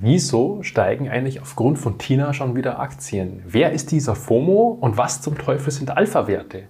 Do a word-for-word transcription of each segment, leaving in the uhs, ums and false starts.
Wieso steigen eigentlich aufgrund von Tina schon wieder Aktien? Wer ist dieser FOMO und was zum Teufel sind Alpha-Werte?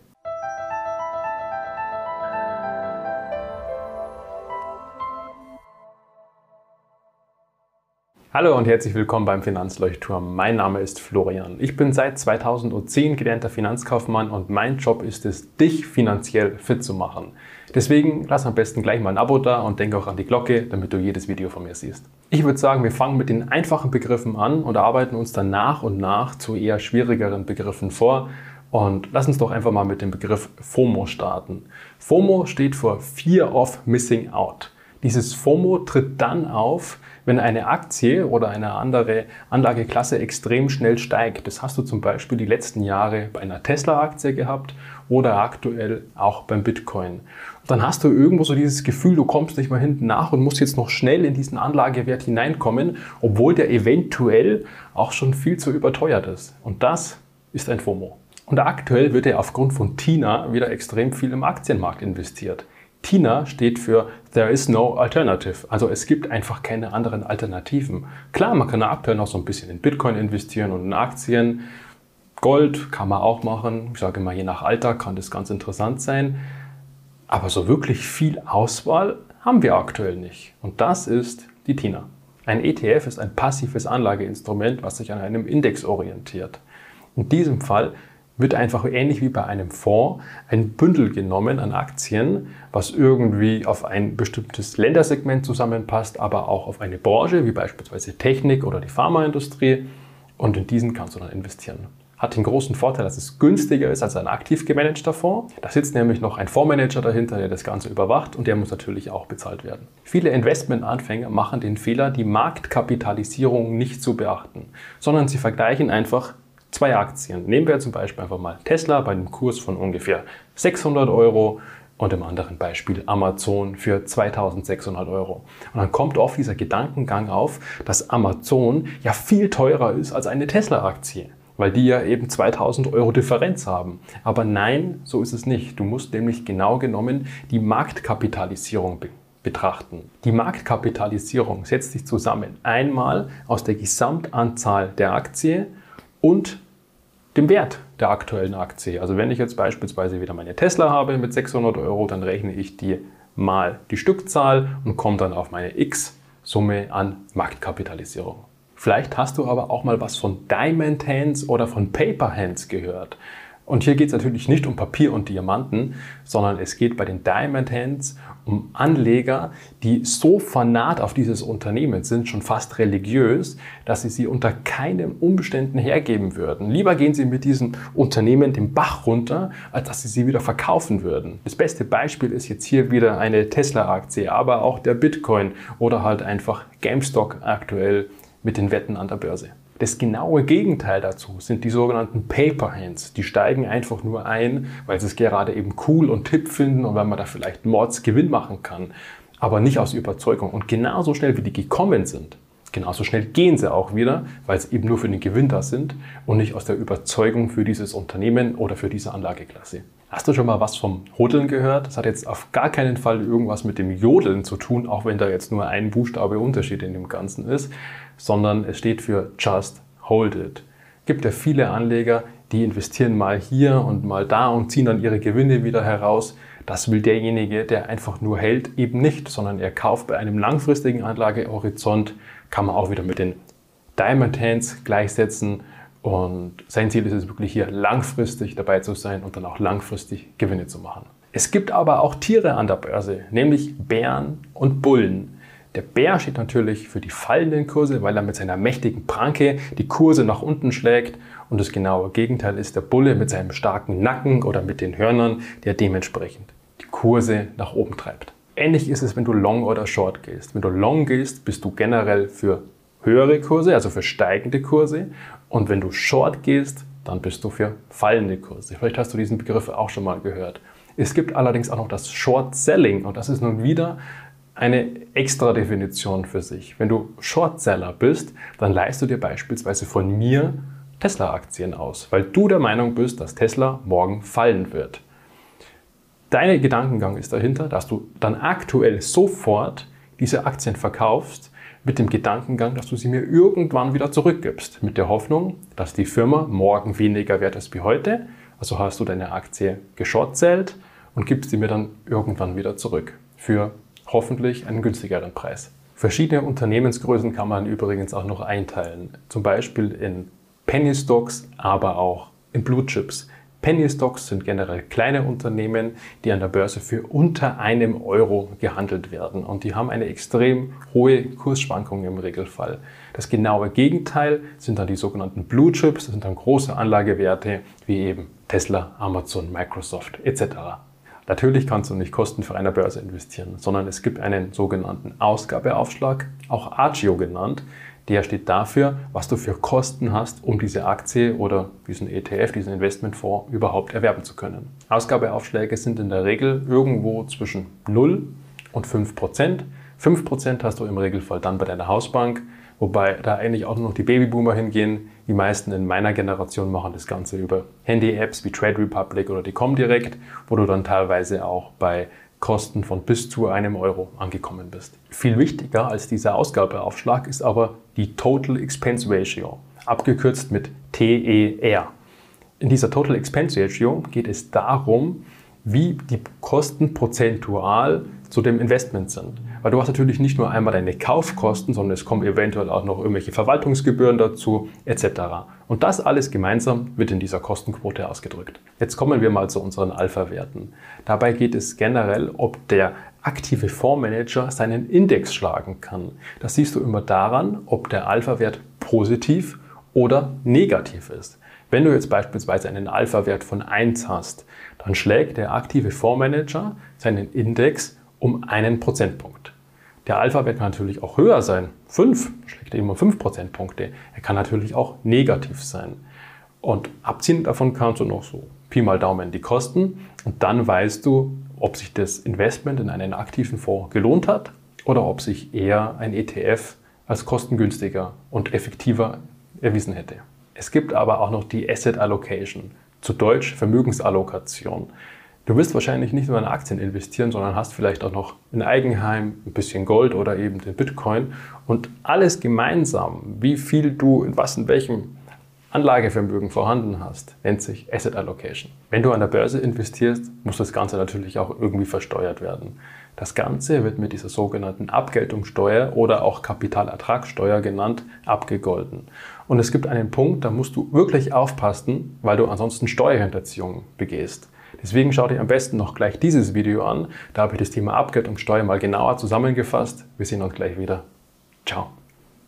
Hallo und herzlich willkommen beim Finanzleuchtturm. Mein Name ist Florian. Ich bin seit zweitausendzehn gelernter Finanzkaufmann und mein Job ist es, dich finanziell fit zu machen. Deswegen lass am besten gleich mal ein Abo da und denk auch an die Glocke, damit du jedes Video von mir siehst. Ich würde sagen, wir fangen mit den einfachen Begriffen an und arbeiten uns dann nach und nach zu eher schwierigeren Begriffen vor. Und lass uns doch einfach mal mit dem Begriff FOMO starten. FOMO steht für Fear of Missing Out. Dieses FOMO tritt dann auf, wenn eine Aktie oder eine andere Anlageklasse extrem schnell steigt. Das hast du zum Beispiel die letzten Jahre bei einer Tesla-Aktie gehabt oder aktuell auch beim Bitcoin. Und dann hast du irgendwo so dieses Gefühl, du kommst nicht mal hinten nach und musst jetzt noch schnell in diesen Anlagewert hineinkommen, obwohl der eventuell auch schon viel zu überteuert ist. Und das ist ein FOMO. Und aktuell wird ja aufgrund von Tina wieder extrem viel im Aktienmarkt investiert. Tina steht für There is no alternative, also es gibt einfach keine anderen Alternativen. Klar, man kann aktuell noch so ein bisschen in Bitcoin investieren und in Aktien. Gold kann man auch machen, ich sage mal, je nach Alter kann das ganz interessant sein. Aber so wirklich viel Auswahl haben wir aktuell nicht. Und das ist die Tina. Ein E T F ist ein passives Anlageinstrument, was sich an einem Index orientiert. In diesem Fall wird einfach ähnlich wie bei einem Fonds ein Bündel genommen an Aktien, was irgendwie auf ein bestimmtes Ländersegment zusammenpasst, aber auch auf eine Branche, wie beispielsweise Technik oder die Pharmaindustrie. Und in diesen kannst du dann investieren. Hat den großen Vorteil, dass es günstiger ist als ein aktiv gemanagter Fonds. Da sitzt nämlich noch ein Fondsmanager dahinter, der das Ganze überwacht und der muss natürlich auch bezahlt werden. Viele Investmentanfänger machen den Fehler, die Marktkapitalisierung nicht zu beachten, sondern sie vergleichen einfach zwei Aktien. Nehmen wir zum Beispiel einfach mal Tesla bei einem Kurs von ungefähr sechshundert Euro und im anderen Beispiel Amazon für zweitausendsechshundert Euro. Und dann kommt oft dieser Gedankengang auf, dass Amazon ja viel teurer ist als eine Tesla-Aktie, weil die ja eben zweitausend Euro Differenz haben. Aber nein, so ist es nicht. Du musst nämlich genau genommen die Marktkapitalisierung be- betrachten. Die Marktkapitalisierung setzt sich zusammen einmal aus der Gesamtanzahl der Aktie und dem Wert der aktuellen Aktie. Also wenn ich jetzt beispielsweise wieder meine Tesla habe mit sechshundert Euro, dann rechne ich die mal die Stückzahl und komme dann auf meine X-Summe an Marktkapitalisierung. Vielleicht hast du aber auch mal was von Diamond Hands oder von Paper Hands gehört. Und hier geht es natürlich nicht um Papier und Diamanten, sondern es geht bei den Diamond Hands um Anleger, die so fanat auf dieses Unternehmen sind, schon fast religiös, dass sie sie unter keinen Umständen hergeben würden. Lieber gehen sie mit diesem Unternehmen den Bach runter, als dass sie sie wieder verkaufen würden. Das beste Beispiel ist jetzt hier wieder eine Tesla-Aktie, aber auch der Bitcoin oder halt einfach GameStop aktuell mit den Wetten an der Börse. Das genaue Gegenteil dazu sind die sogenannten Paper Hands. Die steigen einfach nur ein, weil sie es gerade eben cool und hip finden und weil man da vielleicht Mordsgewinn machen kann. Aber nicht aus Überzeugung. Und genauso schnell wie die gekommen sind, genauso schnell gehen sie auch wieder, weil sie eben nur für den Gewinn da sind und nicht aus der Überzeugung für dieses Unternehmen oder für diese Anlageklasse. Hast du schon mal was vom Hodeln gehört? Das hat jetzt auf gar keinen Fall irgendwas mit dem Jodeln zu tun, auch wenn da jetzt nur ein Buchstabe Unterschied in dem Ganzen ist, sondern es steht für Just Hold It. Es gibt ja viele Anleger, die investieren mal hier und mal da und ziehen dann ihre Gewinne wieder heraus. Das will derjenige, der einfach nur hält, eben nicht, sondern er kauft bei einem langfristigen Anlagehorizont, kann man auch wieder mit den Diamond Hands gleichsetzen. Und sein Ziel ist es wirklich hier langfristig dabei zu sein und dann auch langfristig Gewinne zu machen. Es gibt aber auch Tiere an der Börse, nämlich Bären und Bullen. Der Bär steht natürlich für die fallenden Kurse, weil er mit seiner mächtigen Pranke die Kurse nach unten schlägt. Und das genaue Gegenteil ist der Bulle mit seinem starken Nacken oder mit den Hörnern, der dementsprechend die Kurse nach oben treibt. Ähnlich ist es, wenn du Long oder Short gehst. Wenn du Long gehst, bist du generell für höhere Kurse, also für steigende Kurse. Und wenn du Short gehst, dann bist du für fallende Kurse. Vielleicht hast du diesen Begriff auch schon mal gehört. Es gibt allerdings auch noch das Short Selling und das ist nun wieder eine extra Definition für sich. Wenn du Shortseller bist, dann leihst du dir beispielsweise von mir Tesla-Aktien aus, weil du der Meinung bist, dass Tesla morgen fallen wird. Dein Gedankengang ist dahinter, dass du dann aktuell sofort diese Aktien verkaufst, mit dem Gedankengang, dass du sie mir irgendwann wieder zurückgibst, mit der Hoffnung, dass die Firma morgen weniger wert ist wie heute. Also hast du deine Aktie geschortsellt und gibst sie mir dann irgendwann wieder zurück für hoffentlich einen günstigeren Preis. Verschiedene Unternehmensgrößen kann man übrigens auch noch einteilen, zum Beispiel in Penny Stocks, aber auch in Blue Chips. Penny Stocks sind generell kleine Unternehmen, die an der Börse für unter einem Euro gehandelt werden und die haben eine extrem hohe Kursschwankung im Regelfall. Das genaue Gegenteil sind dann die sogenannten Blue Chips, das sind dann große Anlagewerte wie eben Tesla, Amazon, Microsoft et cetera. Natürlich kannst du nicht kostenfrei an der Börse investieren, sondern es gibt einen sogenannten Ausgabeaufschlag, auch Agio genannt. Der steht dafür, was du für Kosten hast, um diese Aktie oder diesen E T F, diesen Investmentfonds überhaupt erwerben zu können. Ausgabeaufschläge sind in der Regel irgendwo zwischen null und fünf Prozent. fünf Prozent hast du im Regelfall dann bei deiner Hausbank, wobei da eigentlich auch nur noch die Babyboomer hingehen. Die meisten in meiner Generation machen das Ganze über Handy-Apps wie Trade Republic oder die Comdirect, wo du dann teilweise auch bei Kosten von bis zu einem Euro angekommen bist. Viel wichtiger als dieser Ausgabeaufschlag ist aber die Total Expense Ratio, abgekürzt mit T E R. In dieser Total Expense Ratio geht es darum, wie die Kosten prozentual zu dem Investment sind. Weil du hast natürlich nicht nur einmal deine Kaufkosten, sondern es kommen eventuell auch noch irgendwelche Verwaltungsgebühren dazu et cetera. Und das alles gemeinsam wird in dieser Kostenquote ausgedrückt. Jetzt kommen wir mal zu unseren Alpha-Werten. Dabei geht es generell, ob der aktive Fondsmanager seinen Index schlagen kann. Das siehst du immer daran, ob der Alpha-Wert positiv oder negativ ist. Wenn du jetzt beispielsweise einen Alpha-Wert von eins hast, dann schlägt der aktive Fondsmanager seinen Index um einen Prozentpunkt. Der Alpha-Wert kann natürlich auch höher sein, fünf, schlägt er immer fünf Prozentpunkte. Er kann natürlich auch negativ sein. Und abziehen davon kannst du noch so Pi mal Daumen die Kosten und dann weißt du, ob sich das Investment in einen aktiven Fonds gelohnt hat oder ob sich eher ein E T F als kostengünstiger und effektiver erwiesen hätte. Es gibt aber auch noch die Asset Allocation, zu Deutsch Vermögensallokation. Du willst wahrscheinlich nicht nur in Aktien investieren, sondern hast vielleicht auch noch ein Eigenheim, ein bisschen Gold oder eben den Bitcoin und alles gemeinsam, wie viel du in was in welchem Anlagevermögen vorhanden hast, nennt sich Asset Allocation. Wenn du an der Börse investierst, muss das Ganze natürlich auch irgendwie versteuert werden. Das Ganze wird mit dieser sogenannten Abgeltungssteuer oder auch Kapitalertragssteuer genannt, abgegolten. Und es gibt einen Punkt, da musst du wirklich aufpassen, weil du ansonsten Steuerhinterziehung begehst. Deswegen schau dir am besten noch gleich dieses Video an. Da habe ich das Thema Abgeltungssteuer mal genauer zusammengefasst. Wir sehen uns gleich wieder. Ciao.